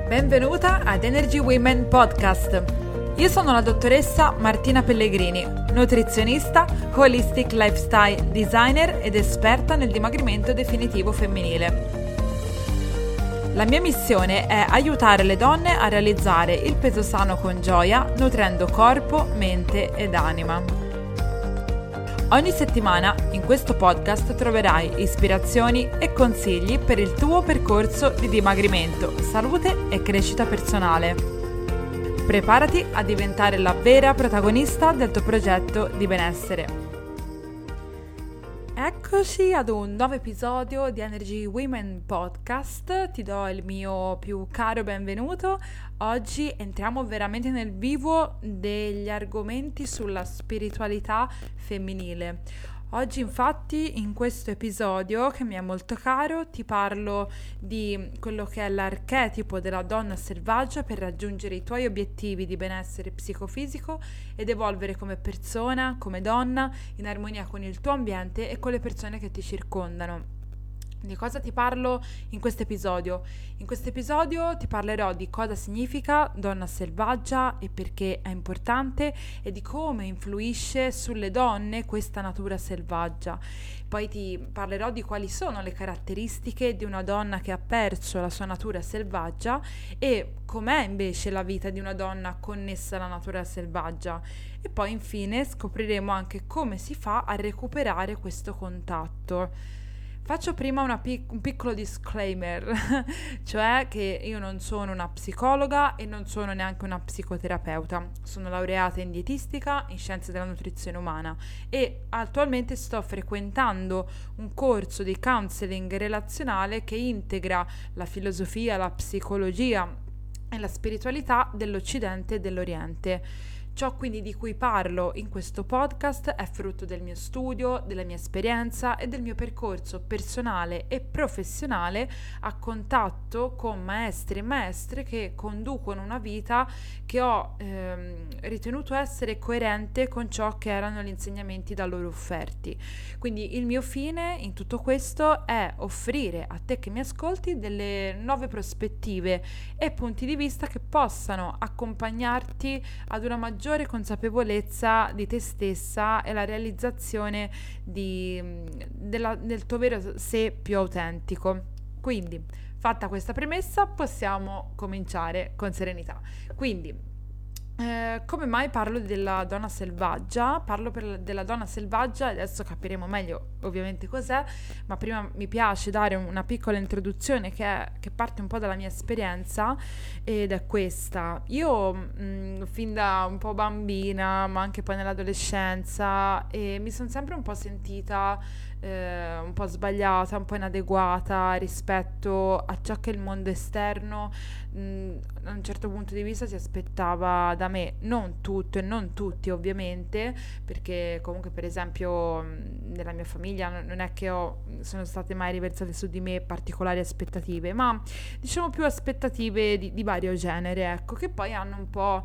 Benvenuta ad Energy Women Podcast. Io sono la dottoressa Martina Pellegrini, nutrizionista, holistic lifestyle designer ed esperta nel dimagrimento definitivo femminile. La mia missione è aiutare le donne a realizzare il peso sano con gioia, nutrendo corpo, mente ed anima. Ogni settimana in questo podcast troverai ispirazioni e consigli per il tuo percorso di dimagrimento, salute e crescita personale. Preparati a diventare la vera protagonista del tuo progetto di benessere. Eccoci ad un nuovo episodio di Energy Women Podcast, ti do il mio più caro benvenuto. Oggi entriamo veramente nel vivo degli argomenti sulla spiritualità femminile. Oggi infatti in questo episodio, che mi è molto caro, ti parlo di quello che è l'archetipo della donna selvaggia per raggiungere i tuoi obiettivi di benessere psicofisico ed evolvere come persona, come donna, in armonia con il tuo ambiente e con le persone che ti circondano. Di cosa ti parlo in questo episodio? In questo episodio ti parlerò di cosa significa donna selvaggia e perché è importante e di come influisce sulle donne questa natura selvaggia. Poi ti parlerò di quali sono le caratteristiche di una donna che ha perso la sua natura selvaggia e com'è invece la vita di una donna connessa alla natura selvaggia. E poi infine scopriremo anche come si fa a recuperare questo contatto. Faccio prima un piccolo disclaimer, cioè che io non sono una psicologa e non sono neanche una psicoterapeuta. Sono laureata in dietistica, in scienze della nutrizione umana e attualmente sto frequentando un corso di counseling relazionale che integra la filosofia, la psicologia e la spiritualità dell'Occidente e dell'Oriente. Ciò quindi di cui parlo in questo podcast è frutto del mio studio, della mia esperienza e del mio percorso personale e professionale a contatto con maestri e maestre che conducono una vita che ho ritenuto essere coerente con ciò che erano gli insegnamenti da loro offerti. Quindi il mio fine in tutto questo è offrire a te che mi ascolti delle nuove prospettive e punti di vista che possano accompagnarti ad una maggiore consapevolezza di te stessa e la realizzazione del tuo vero sé più autentico. Quindi, fatta questa premessa, possiamo cominciare con serenità. Quindi, come mai parlo della donna selvaggia? Parlo della donna selvaggia, adesso capiremo meglio ovviamente cos'è, ma prima mi piace dare una piccola introduzione che parte un po' dalla mia esperienza ed è questa. Io fin da un po' bambina, ma anche poi nell'adolescenza, mi sono sempre un po' sentita un po' sbagliata, un po' inadeguata rispetto a ciò che il mondo esterno da un certo punto di vista si aspettava da me. Non tutto e non tutti ovviamente, perché comunque per esempio nella mia famiglia non è che sono state mai riversate su di me particolari aspettative, ma diciamo più aspettative di vario genere, ecco, che poi hanno un po'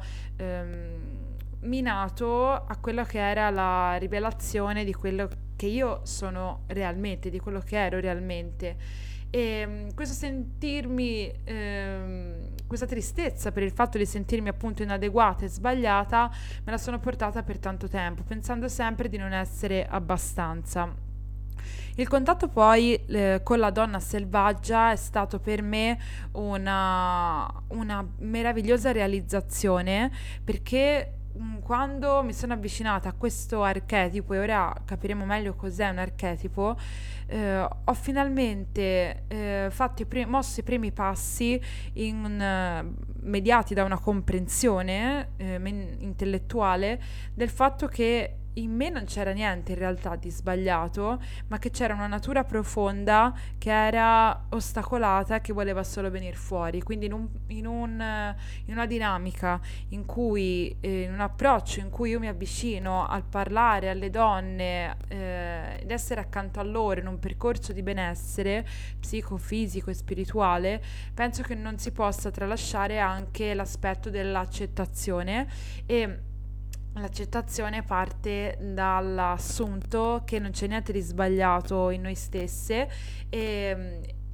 minato a quello che era la rivelazione di quello che io sono realmente, di quello che ero realmente. E questo sentirmi, questa tristezza per il fatto di sentirmi appunto inadeguata e sbagliata me la sono portata per tanto tempo, pensando sempre di non essere abbastanza. Il contatto poi con la donna selvaggia è stato per me una meravigliosa realizzazione, perché quando mi sono avvicinata a questo archetipo, e ora capiremo meglio cos'è un archetipo, ho finalmente mosso i primi passi mediati da una comprensione intellettuale del fatto che in me non c'era niente in realtà di sbagliato, ma che c'era una natura profonda che era ostacolata e che voleva solo venire fuori. Quindi in una dinamica in cui, in un approccio in cui io mi avvicino al parlare alle donne ed essere accanto a loro in un percorso di benessere psicofisico e spirituale, penso che non si possa tralasciare anche l'aspetto dell'accettazione, e l'accettazione parte dall'assunto che non c'è niente di sbagliato in noi stesse,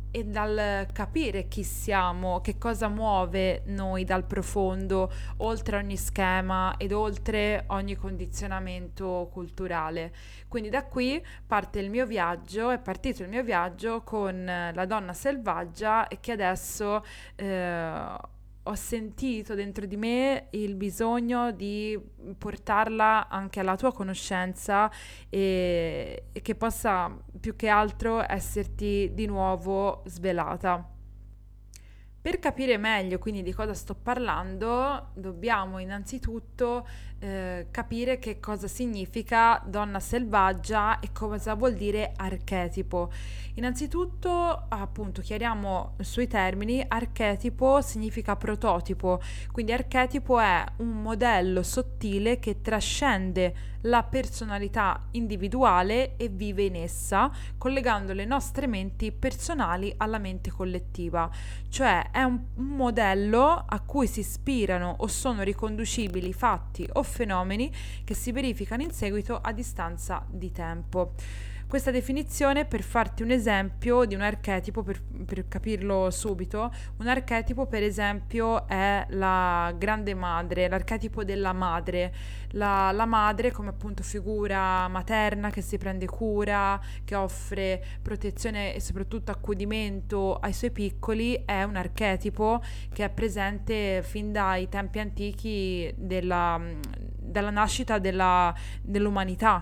e dal capire chi siamo, che cosa muove noi dal profondo, oltre ogni schema ed oltre ogni condizionamento culturale. Quindi da qui parte il mio viaggio, è partito il mio viaggio con la donna selvaggia e che adesso ho sentito dentro di me il bisogno di portarla anche alla tua conoscenza e che possa più che altro esserti di nuovo svelata. Per capire meglio quindi di cosa sto parlando, dobbiamo innanzitutto capire che cosa significa donna selvaggia e cosa vuol dire archetipo. Innanzitutto, appunto, chiariamo sui termini: archetipo significa prototipo, quindi archetipo è un modello sottile che trascende la personalità individuale e vive in essa, collegando le nostre menti personali alla mente collettiva. Cioè è un modello a cui si ispirano o sono riconducibili fatti o fenomeni che si verificano in seguito a distanza di tempo. Questa definizione, per farti un esempio di un archetipo, per capirlo subito, un archetipo per esempio è la grande madre, l'archetipo della madre, la madre come appunto figura materna che si prende cura, che offre protezione e soprattutto accudimento ai suoi piccoli, è un archetipo che è presente fin dai tempi antichi dalla nascita dell'umanità.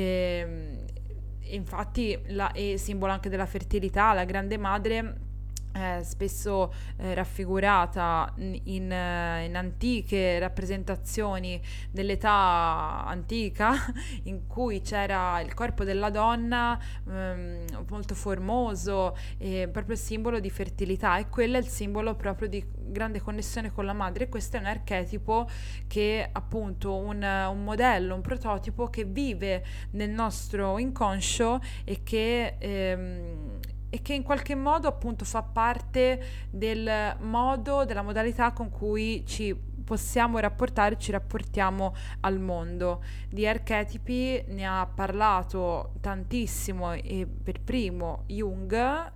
Infatti è simbolo anche della fertilità, la grande madre è spesso raffigurata in antiche rappresentazioni dell'età antica in cui c'era il corpo della donna molto formoso, proprio simbolo di fertilità, e quello è il simbolo proprio di grande connessione con la madre. E questo è un archetipo che appunto un modello, un prototipo che vive nel nostro inconscio e che in qualche modo appunto fa parte del modo, della modalità con cui ci possiamo rapportare, ci rapportiamo al mondo. Di archetipi ne ha parlato tantissimo e per primo Jung,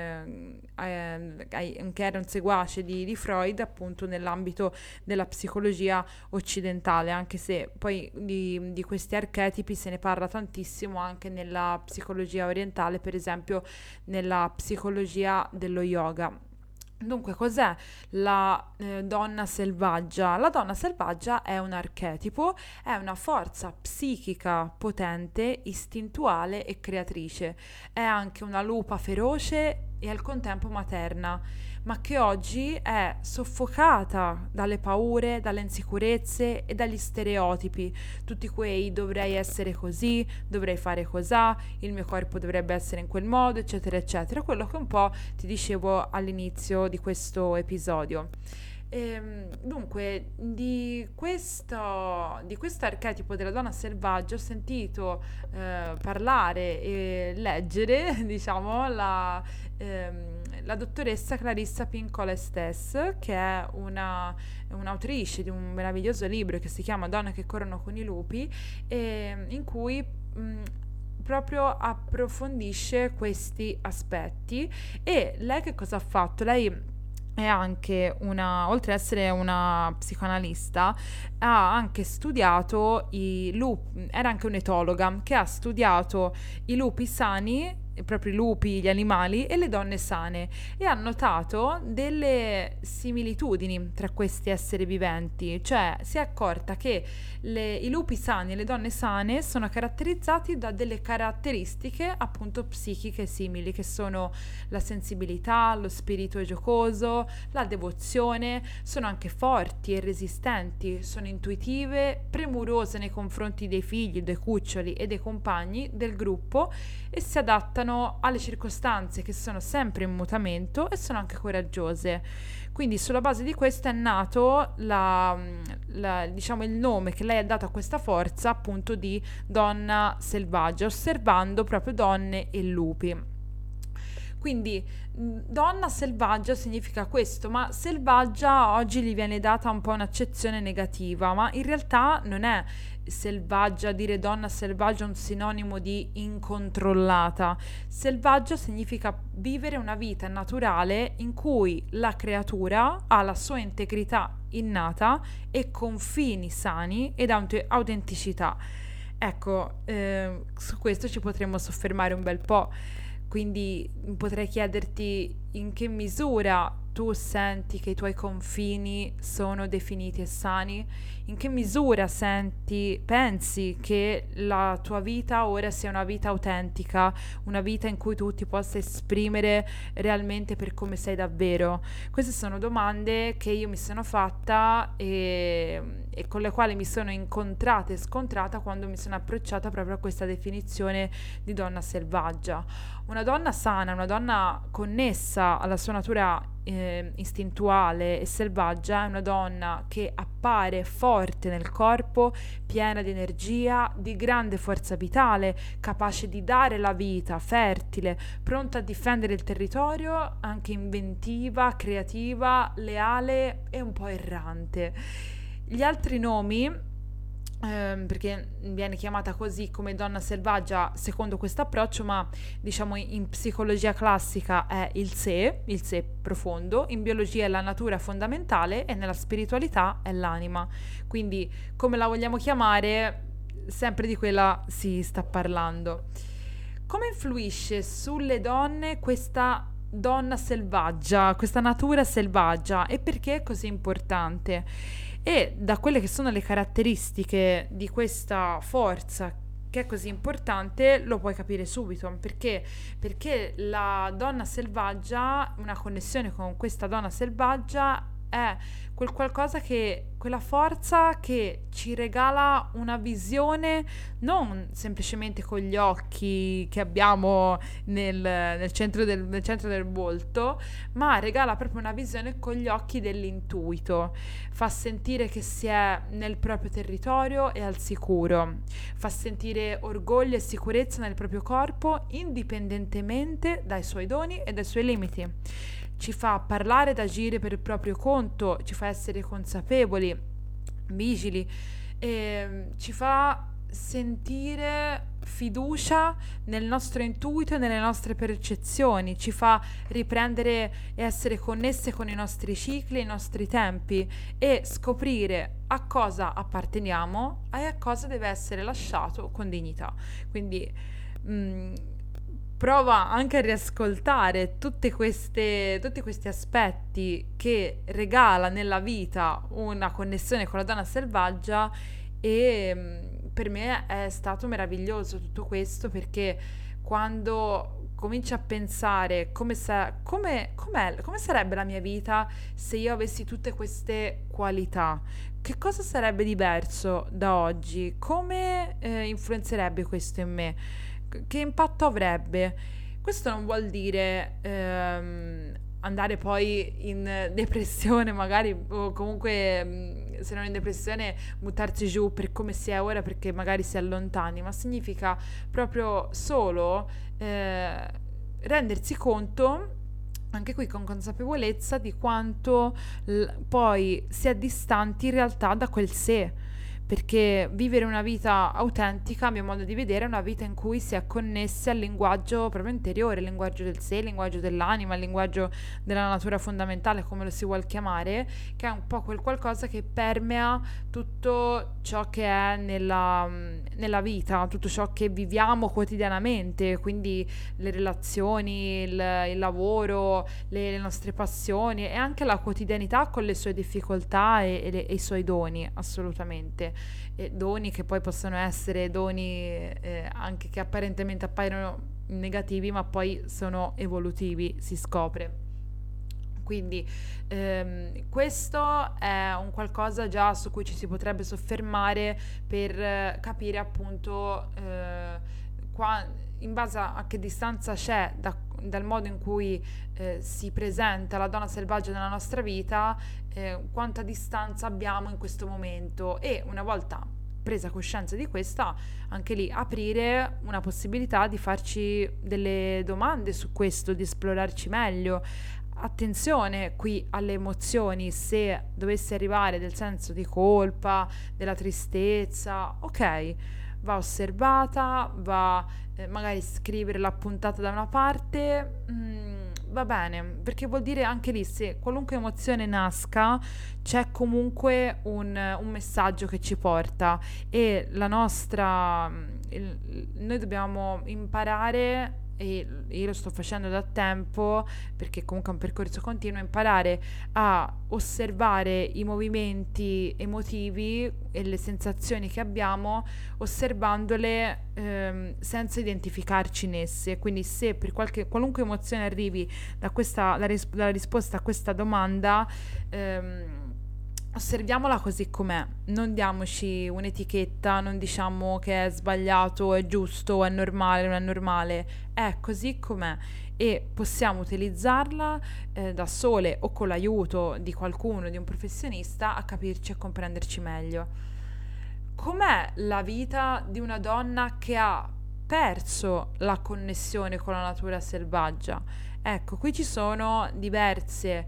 che era un seguace di Freud appunto nell'ambito della psicologia occidentale, anche se poi di questi archetipi se ne parla tantissimo anche nella psicologia orientale, per esempio nella psicologia dello yoga. Dunque, cos'è la donna selvaggia? La donna selvaggia è un archetipo, è una forza psichica potente, istintuale e creatrice. È anche una lupa feroce e al contempo materna, ma che oggi è soffocata dalle paure, dalle insicurezze e dagli stereotipi, tutti quei dovrei essere così, dovrei fare cosà, il mio corpo dovrebbe essere in quel modo, eccetera, eccetera, quello che un po' ti dicevo all'inizio di questo episodio. Dunque, di questo archetipo della donna selvaggia ho sentito parlare e leggere, diciamo, la dottoressa Clarissa Pinkola Estés, che è un'autrice di un meraviglioso libro che si chiama Donne che corrono con i lupi, in cui proprio approfondisce questi aspetti. E lei che cosa ha fatto? Lei è anche oltre ad essere una psicoanalista, ha anche studiato i lupi, era anche un'etologa che ha studiato i lupi sani, proprio i lupi, gli animali, e le donne sane, e ha notato delle similitudini tra questi esseri viventi. Cioè si è accorta che i lupi sani e le donne sane sono caratterizzati da delle caratteristiche appunto psichiche simili, che sono la sensibilità, lo spirito giocoso, la devozione. Sono anche forti e resistenti, sono intuitive, premurose nei confronti dei figli, dei cuccioli e dei compagni del gruppo, e si adattano alle circostanze che sono sempre in mutamento, e sono anche coraggiose. Quindi sulla base di questo è nato diciamo il nome che lei ha dato a questa forza appunto di donna selvaggia, osservando proprio donne e lupi. Quindi donna selvaggia significa questo, ma selvaggia oggi gli viene data un po' un'accezione negativa, ma in realtà non è selvaggia, dire donna selvaggia è un sinonimo di incontrollata. Selvaggia significa vivere una vita naturale in cui la creatura ha la sua integrità innata e confini sani ed autenticità. Ecco, su questo ci potremmo soffermare un bel po'. Quindi potrei chiederti in che misura tu senti che i tuoi confini sono definiti e sani? In che misura pensi che la tua vita ora sia una vita autentica, una vita in cui tu ti possa esprimere realmente per come sei davvero? Queste sono domande che io mi sono fatta e con le quali mi sono incontrata e scontrata quando mi sono approcciata proprio a questa definizione di donna selvaggia. Una donna sana, una donna connessa alla sua natura istintuale e selvaggia, è una donna che appare forte nel corpo, piena di energia, di grande forza vitale, capace di dare la vita, fertile, pronta a difendere il territorio, anche inventiva, creativa, leale e un po' errante. Gli altri nomi, perché viene chiamata così come donna selvaggia secondo questo approccio, ma diciamo in psicologia classica è il sé profondo, in biologia è la natura fondamentale e nella spiritualità è l'anima. Quindi come la vogliamo chiamare, sempre di quella si sta parlando. Come influisce sulle donne questa donna selvaggia, questa natura selvaggia, e perché è così importante? E da quelle che sono le caratteristiche di questa forza che è così importante lo puoi capire subito. Perché la donna selvaggia, una connessione con questa donna selvaggia è quel qualcosa quella forza che ci regala una visione non semplicemente con gli occhi che abbiamo nel centro del volto, ma regala proprio una visione con gli occhi dell'intuito. Fa sentire che si è nel proprio territorio e al sicuro, fa sentire orgoglio e sicurezza nel proprio corpo indipendentemente dai suoi doni e dai suoi limiti. Ci fa parlare ed agire per il proprio conto, ci fa essere consapevoli, vigili, e ci fa sentire fiducia nel nostro intuito e nelle nostre percezioni, ci fa riprendere e essere connesse con i nostri cicli, i nostri tempi e scoprire a cosa apparteniamo e a cosa deve essere lasciato con dignità. Quindi prova anche a riascoltare tutti questi aspetti che regala nella vita una connessione con la donna selvaggia e per me è stato meraviglioso tutto questo, perché quando cominci a pensare come sarebbe la mia vita se io avessi tutte queste qualità, che cosa sarebbe diverso da oggi, come influenzerebbe questo in me, che impatto avrebbe. Questo non vuol dire andare poi in depressione magari, o comunque se non in depressione buttarsi giù per come si è ora perché magari si allontani, ma significa proprio solo rendersi conto, anche qui con consapevolezza, di quanto poi si è distanti in realtà da quel sé. Perché vivere una vita autentica, a mio modo di vedere, è una vita in cui si è connessi al linguaggio proprio interiore, il linguaggio del sé, il linguaggio dell'anima, il linguaggio della natura fondamentale, come lo si vuol chiamare, che è un po' quel qualcosa che permea tutto ciò che è nella vita, tutto ciò che viviamo quotidianamente, quindi le relazioni, il lavoro, le nostre passioni e anche la quotidianità con le sue difficoltà e i suoi doni, assolutamente. E doni che poi possono essere doni anche che apparentemente appaiono negativi, ma poi sono evolutivi, si scopre. Quindi questo è un qualcosa già su cui ci si potrebbe soffermare per capire appunto in base a che distanza c'è dal modo in cui si presenta la donna selvaggia nella nostra vita, quanta distanza abbiamo in questo momento, e una volta presa coscienza di questa, anche lì aprire una possibilità di farci delle domande su questo, di esplorarci meglio. Attenzione qui alle emozioni, se dovesse arrivare del senso di colpa, della tristezza, ok, va osservata, va magari scrivere la puntata da una parte, va bene, perché vuol dire anche lì se qualunque emozione nasca c'è comunque un messaggio che ci porta e la nostra, noi dobbiamo imparare, e io lo sto facendo da tempo perché comunque è un percorso continuo, imparare a osservare i movimenti emotivi e le sensazioni che abbiamo, osservandole senza identificarci in esse. Quindi se per qualunque emozione arrivi da questa, la risposta a questa domanda, osserviamola così com'è, non diamoci un'etichetta, non diciamo che è sbagliato, è giusto, è normale, non è normale, è così com'è e possiamo utilizzarla da sole o con l'aiuto di qualcuno, di un professionista, a capirci e comprenderci meglio. Com'è la vita di una donna che ha perso la connessione con la natura selvaggia? Ecco, qui ci sono diverse,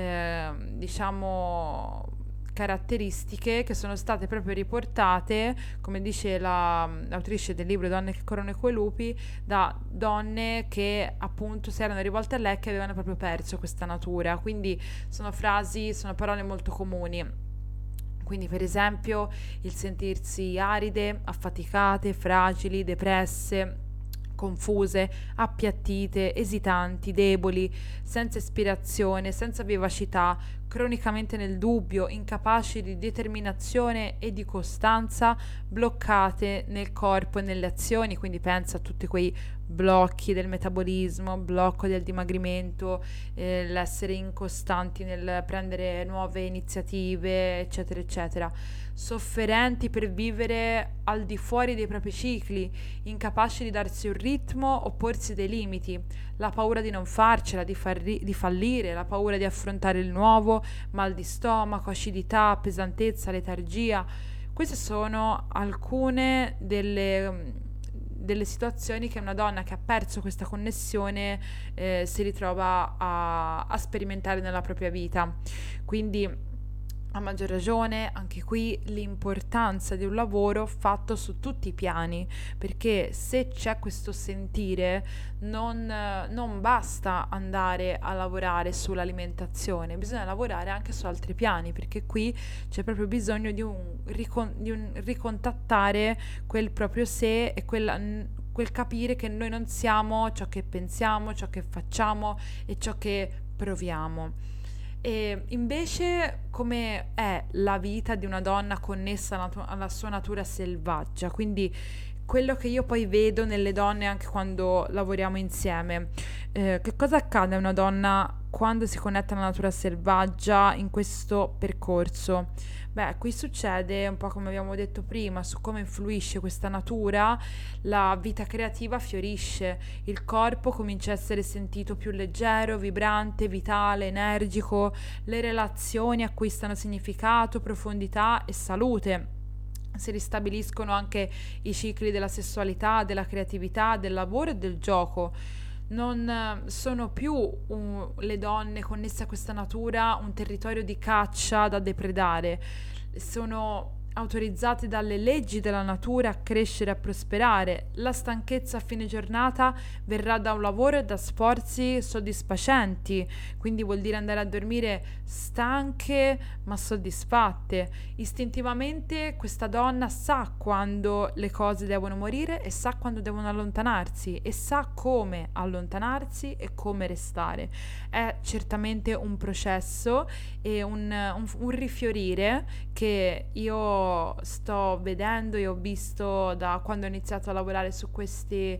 diciamo, caratteristiche che sono state proprio riportate, come dice l'autrice del libro Donne che corrono coi lupi, da donne che appunto si erano rivolte a lei che avevano proprio perso questa natura. Quindi sono frasi, sono parole molto comuni. Quindi per esempio il sentirsi aride, affaticate, fragili, depresse, confuse, appiattite, esitanti, deboli, senza ispirazione, senza vivacità, cronicamente nel dubbio, incapaci di determinazione e di costanza, bloccate nel corpo e nelle azioni, quindi pensa a tutti quei blocchi del metabolismo, blocco del dimagrimento, l'essere incostanti nel prendere nuove iniziative, eccetera, eccetera. Sofferenti per vivere al di fuori dei propri cicli, incapaci di darsi un ritmo o porsi dei limiti, la paura di non farcela, di fallire, la paura di affrontare il nuovo, mal di stomaco, acidità, pesantezza, letargia. Queste sono alcune delle situazioni che una donna che ha perso questa connessione si ritrova a sperimentare nella propria vita. Quindi a maggior ragione anche qui l'importanza di un lavoro fatto su tutti i piani, perché se c'è questo sentire non basta andare a lavorare sull'alimentazione, bisogna lavorare anche su altri piani, perché qui c'è proprio bisogno di un ricontattare quel proprio sé e quel capire che noi non siamo ciò che pensiamo, ciò che facciamo e ciò che proviamo. E invece come è la vita di una donna connessa alla sua natura selvaggia? Quindi quello che io poi vedo nelle donne anche quando lavoriamo insieme. Che cosa accade a una donna quando si connette alla natura selvaggia in questo percorso? Beh, qui succede un po' come abbiamo detto prima, su come influisce questa natura, la vita creativa fiorisce, il corpo comincia a essere sentito più leggero, vibrante, vitale, energico, le relazioni acquistano significato, profondità e salute. Si ristabiliscono anche i cicli della sessualità, della creatività, del lavoro e del gioco. Non sono più le donne connesse a questa natura un territorio di caccia da depredare, sono autorizzate dalle leggi della natura a crescere e a prosperare. La stanchezza a fine giornata verrà da un lavoro e da sforzi soddisfacenti, quindi vuol dire andare a dormire stanche ma soddisfatte. Istintivamente questa donna sa quando le cose devono morire e sa quando devono allontanarsi e sa come allontanarsi e come restare. È certamente un processo e un rifiorire che io sto vedendo e ho visto da quando ho iniziato a lavorare su questi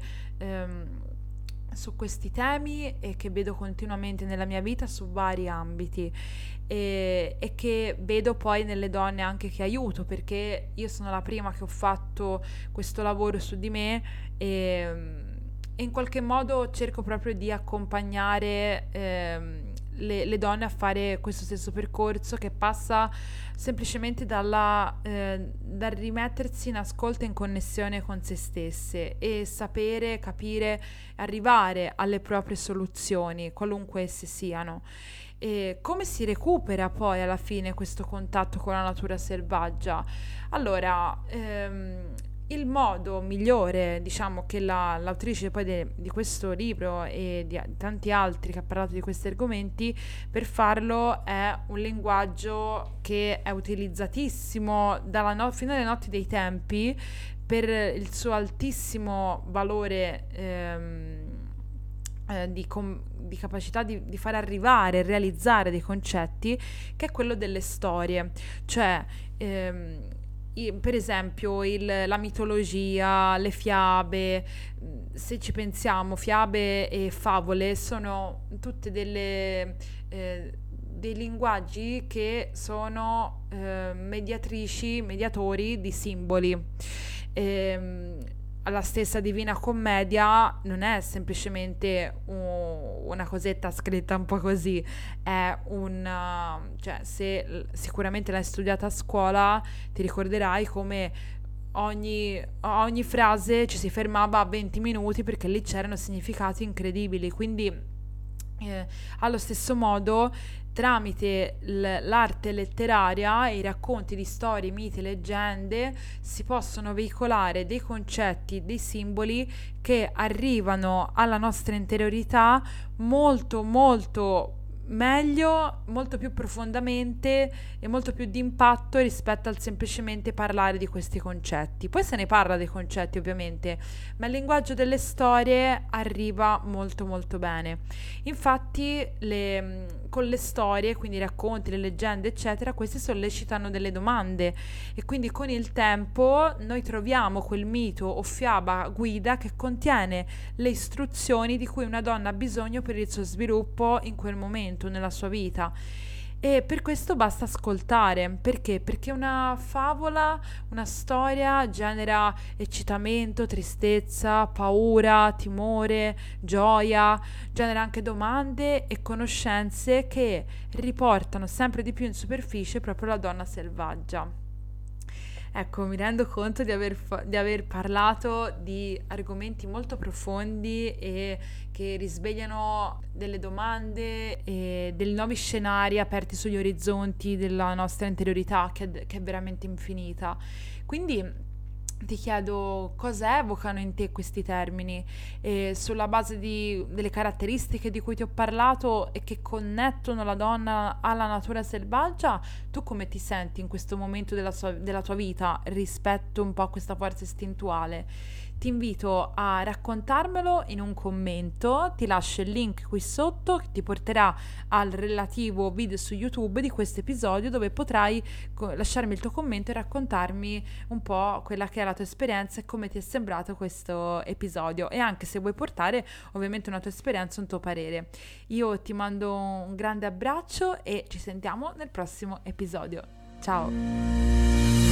temi e che vedo continuamente nella mia vita su vari ambiti e che vedo poi nelle donne anche che aiuto, perché io sono la prima che ho fatto questo lavoro su di me e in qualche modo cerco proprio di accompagnare le donne a fare questo stesso percorso, che passa semplicemente dal rimettersi in ascolto e in connessione con se stesse e sapere, capire, arrivare alle proprie soluzioni, qualunque esse siano. E come si recupera poi alla fine questo contatto con la natura selvaggia? Allora, il modo migliore, diciamo, che l'autrice poi di questo libro e di tanti altri che ha parlato di questi argomenti, per farlo è un linguaggio che è utilizzatissimo fino alle notti dei tempi per il suo altissimo valore di capacità di far arrivare e realizzare dei concetti, che è quello delle storie. Cioè, per esempio la mitologia, le fiabe, se ci pensiamo, fiabe e favole sono tutte dei linguaggi che sono mediatori di simboli. La stessa Divina Commedia non è semplicemente una cosetta scritta un po' così, è cioè, se sicuramente l'hai studiata a scuola, ti ricorderai come ogni frase ci si fermava a 20 minuti perché lì c'erano significati incredibili. Quindi allo stesso modo, tramite l'arte letteraria e i racconti di storie, miti, leggende, si possono veicolare dei concetti, dei simboli che arrivano alla nostra interiorità molto molto meglio, molto più profondamente e molto più di impatto rispetto al semplicemente parlare di questi concetti. Poi se ne parla dei concetti ovviamente, ma il linguaggio delle storie arriva molto molto bene. Infatti con le storie, quindi i racconti, le leggende eccetera, questi sollecitano delle domande e quindi con il tempo noi troviamo quel mito o fiaba guida che contiene le istruzioni di cui una donna ha bisogno per il suo sviluppo in quel momento nella sua vita. E per questo basta ascoltare. Perché? Perché una favola, una storia genera eccitamento, tristezza, paura, timore, gioia, genera anche domande e conoscenze che riportano sempre di più in superficie proprio la donna selvaggia. Ecco, mi rendo conto di aver parlato di argomenti molto profondi e che risvegliano delle domande e dei nuovi scenari aperti sugli orizzonti della nostra interiorità, che è veramente infinita. Quindi ti chiedo cosa evocano in te questi termini, sulla base delle caratteristiche di cui ti ho parlato e che connettono la donna alla natura selvaggia. Tu come ti senti in questo momento della tua vita rispetto un po' a questa forza istintuale? Ti invito a raccontarmelo in un commento, ti lascio il link qui sotto che ti porterà al relativo video su YouTube di questo episodio, dove potrai lasciarmi il tuo commento e raccontarmi un po' quella che è la tua esperienza e come ti è sembrato questo episodio, e anche se vuoi portare ovviamente una tua esperienza, un tuo parere. Io ti mando un grande abbraccio e ci sentiamo nel prossimo episodio. Ciao!